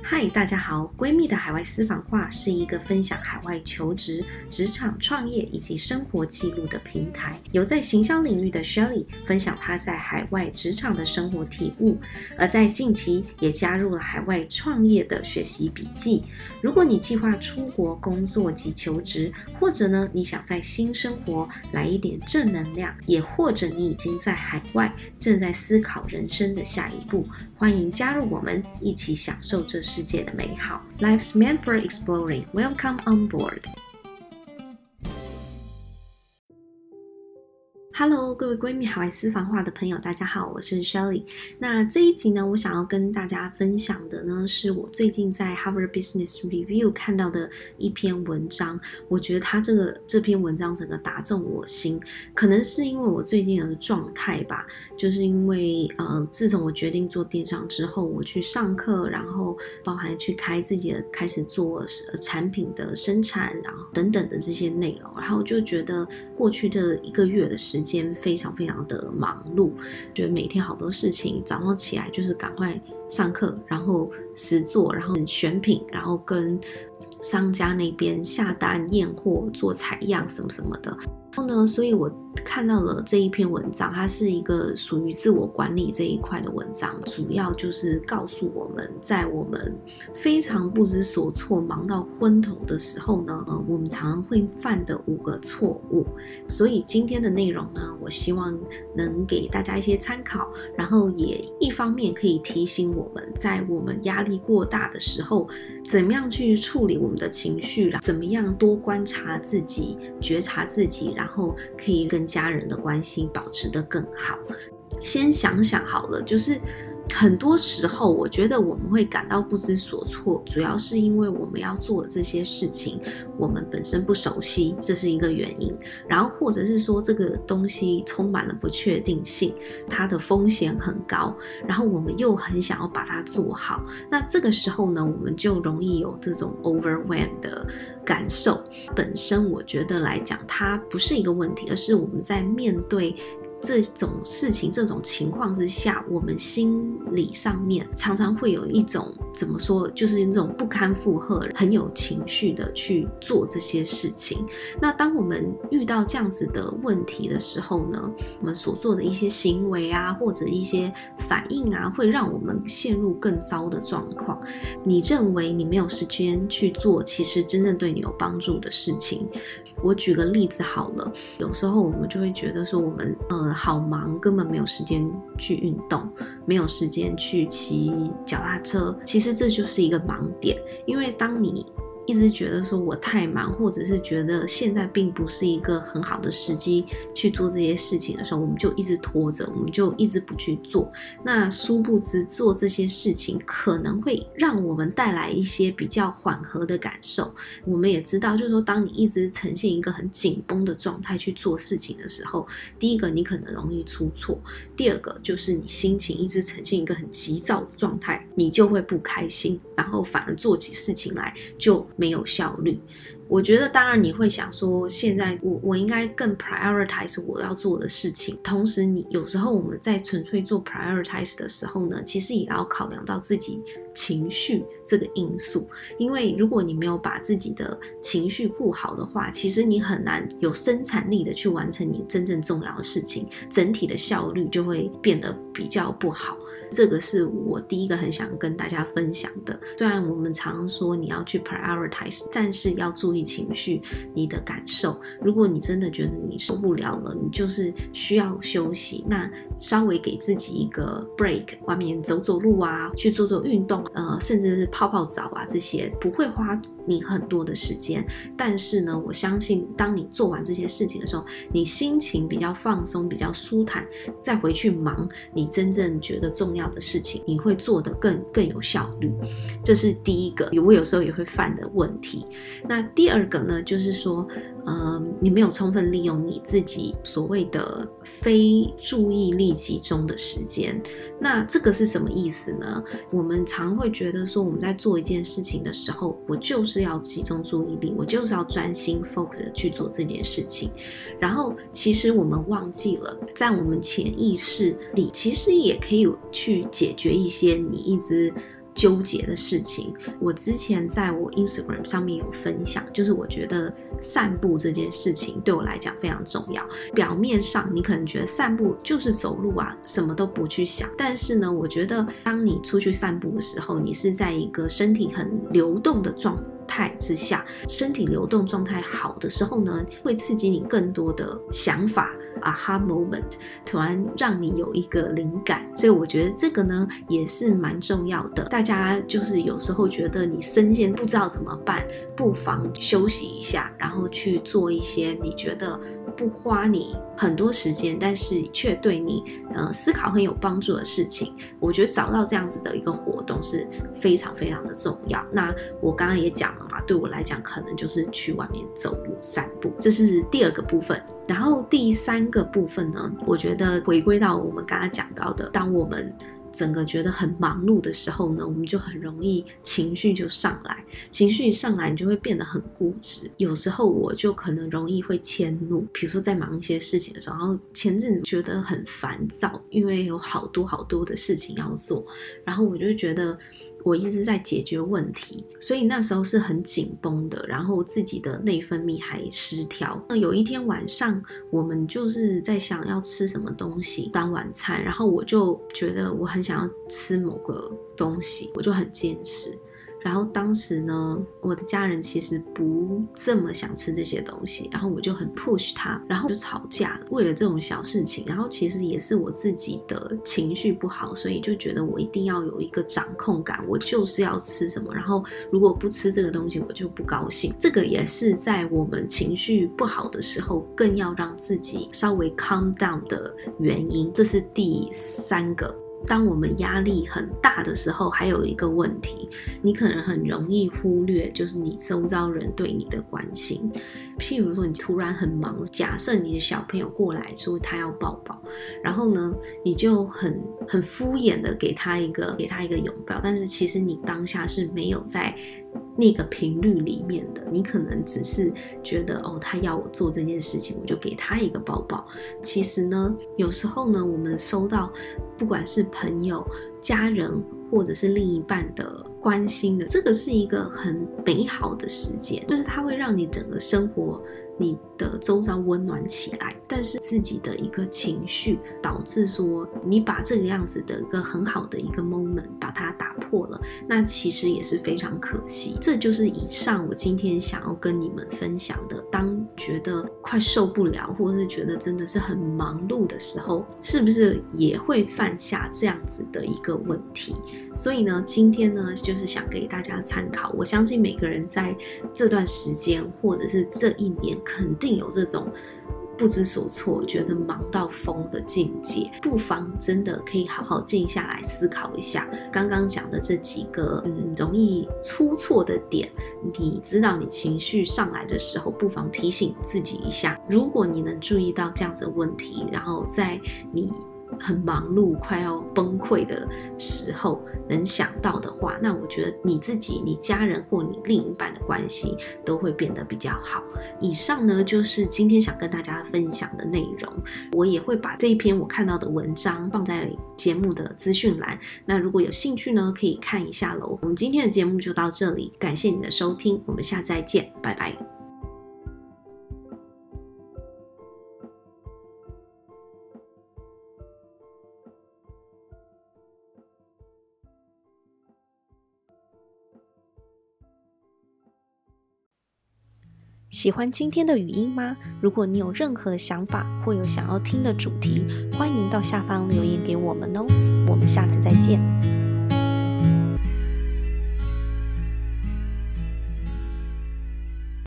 嗨，大家好！闺蜜的海外私房话是一个分享海外求职、职场创业以及生活记录的平台，由在行销领域的 Shelly 分享她在海外职场的生活体悟，而在近期也加入了海外创业的学习笔记。如果你计划出国工作及求职，或者呢你想在新生活来一点正能量，也或者你已经在海外正在思考人生的下一步，欢迎加入我们，一起享受这世界的美好。Life's meant for exploring. Welcome on board. Hello， 各位闺蜜海外私房话的朋友，大家好，我是 Shelly。那这一集呢，我想要跟大家分享的呢，是我最近在 Harvard Business Review 看到的一篇文章。我觉得它这篇文章整个打中我心，可能是因为我最近的状态吧，就是因为自从我决定做电商之后，我去上课，然后包含去开始做产品的生产，然后等等的这些内容，然后就觉得过去这1个月的时间非常非常的忙碌，觉得每天好多事情，早上起来就是赶快上课，然后实作，然后选品，然后跟商家那边下单验货，做采样什么什么的。然后呢，所以我看到了这一篇文章，它是一个属于自我管理这一块的文章，主要就是告诉我们，在我们非常不知所措、忙到昏头的时候呢，我们常常会犯的5个错误。所以今天的内容呢，我希望能给大家一些参考，然后也一方面可以提醒我们，在我们压力过大的时候，怎么样去处理我们的情绪，怎么样多观察自己、觉察自己，然后可以跟家人的关系保持得更好。先想想好了，就是很多时候我觉得我们会感到不知所措，主要是因为我们要做的这些事情我们本身不熟悉，这是一个原因，然后或者是说这个东西充满了不确定性，它的风险很高，然后我们又很想要把它做好，那这个时候呢，我们就容易有这种 overwhelm 的感受。本身我觉得来讲它不是一个问题，而是我们在面对这种事情、这种情况之下，我们心理上面常常会有一种怎么说，就是那种不堪负荷，很有情绪的去做这些事情。那当我们遇到这样子的问题的时候呢，我们所做的一些行为啊，或者一些反应啊，会让我们陷入更糟的状况。你认为你没有时间去做其实真正对你有帮助的事情。我举个例子好了，有时候我们就会觉得说我们好忙，根本没有时间去运动，没有时间去骑脚踏车，其实这就是一个盲点。因为当你一直觉得说我太忙，或者是觉得现在并不是一个很好的时机去做这些事情的时候，我们就一直拖着，我们就一直不去做。那殊不知做这些事情可能会让我们带来一些比较缓和的感受。我们也知道，就是说当你一直呈现一个很紧绷的状态去做事情的时候，第一个你可能容易出错，第二个就是你心情一直呈现一个很急躁的状态，你就会不开心，然后反而做起事情来就没有效率。我觉得当然你会想说，现在我应该更 prioritize 我要做的事情，同时你有时候我们在纯粹做 prioritize 的时候呢，其实也要考量到自己情绪这个因素。因为如果你没有把自己的情绪顾好的话，其实你很难有生产力的去完成你真正重要的事情，整体的效率就会变得比较不好。这个是我第一个很想跟大家分享的。虽然我们常说你要去 prioritize， 但是要注意情绪，你的感受。如果你真的觉得你受不了了，你就是需要休息，那稍微给自己一个 break， 外面走走路啊，去做做运动，甚至是泡泡澡啊，这些不会花你很多的时间，但是呢，我相信当你做完这些事情的时候，你心情比较放松，比较舒坦，再回去忙你真正觉得重要的事情，你会做得更有效率。这是第一个我有时候也会犯的问题。那第二个呢，就是说你没有充分利用你自己所谓的非注意力集中的时间。那这个是什么意思呢？我们常会觉得说，我们在做一件事情的时候，我就是要集中注意力，我就是要专心 focus 去做这件事情。然后其实我们忘记了，在我们潜意识里其实也可以去解决一些你一直纠结的事情。我之前在我 Instagram 上面有分享，就是我觉得散步这件事情对我来讲非常重要。表面上你可能觉得散步就是走路啊，什么都不去想，但是呢，我觉得当你出去散步的时候，你是在一个身体很流动的状态之下，身体流动状态好的时候呢，会刺激你更多的想法，aha moment， 突然让你有一个灵感。所以我觉得这个呢也是蛮重要的。大家就是有时候觉得你身陷不知道怎么办，不妨休息一下，然后去做一些你觉得不花你很多时间，但是却对你思考很有帮助的事情。我觉得找到这样子的一个活动是非常非常的重要。那我刚刚也讲了嘛，对我来讲可能就是去外面走路散步，这是第2个部分。然后第3个部分呢，我觉得回归到我们刚刚讲到的，当我们整个觉得很忙碌的时候呢，我们就很容易情绪就上来，情绪一上来你就会变得很固执。有时候我就可能容易会迁怒，比如说在忙一些事情的时候，然后前阵子觉得很烦躁，因为有好多的事情要做，然后我就觉得我一直在解决问题，所以那时候是很紧绷的，然后自己的内分泌还失调。有一天晚上我们就是在想要吃什么东西当晚餐，然后我就觉得我很想要吃某个东西，我就很坚持。然后当时呢，我的家人其实不这么想吃这些东西，然后我就很 push 他，然后就吵架了，为了这种小事情。然后其实也是我自己的情绪不好，所以就觉得我一定要有一个掌控感，我就是要吃什么，然后如果不吃这个东西我就不高兴。这个也是在我们情绪不好的时候更要让自己稍微 calm down 的原因。这是第3个。当我们压力很大的时候，还有一个问题，你可能很容易忽略，就是你周遭人对你的关心。譬如说你突然很忙，假设你的小朋友过来说他要抱抱，然后呢你就很敷衍的给他一个拥抱，但是其实你当下是没有在那个频率里面的，你可能只是觉得他要我做这件事情，我就给他一个抱抱。其实呢，有时候呢，我们收到不管是朋友、家人或者是另一半的关心的，这个是一个很美好的时间，就是它会让你整个生活你的周遭温暖起来。但是自己的一个情绪导致说你把这个样子的一个很好的一个 moment 把它打破了，那其实也是非常可惜。这就是以上我今天想要跟你们分享的，当觉得快受不了或是觉得真的是很忙碌的时候，是不是也会犯下这样子的一个问题。所以呢，今天呢就是想给大家参考，我相信每个人在这段时间或者是这一年肯定有这种不知所措，觉得忙到疯的境界，不妨真的可以好好静下来思考一下刚刚讲的这几个容易出错的点。你知道你情绪上来的时候，不妨提醒自己一下，如果你能注意到这样子的问题，然后在你很忙碌快要崩溃的时候能想到的话，那我觉得你自己、你家人或你另一半的关系都会变得比较好。以上呢就是今天想跟大家分享的内容，我也会把这一篇我看到的文章放在节目的资讯栏，那如果有兴趣呢可以看一下咯。我们今天的节目就到这里，感谢你的收听，我们下次再见，拜拜。喜欢今天的语音吗？如果你有任何的想法或有想要听的主题，欢迎到下方留言给我们哦。我们下次再见。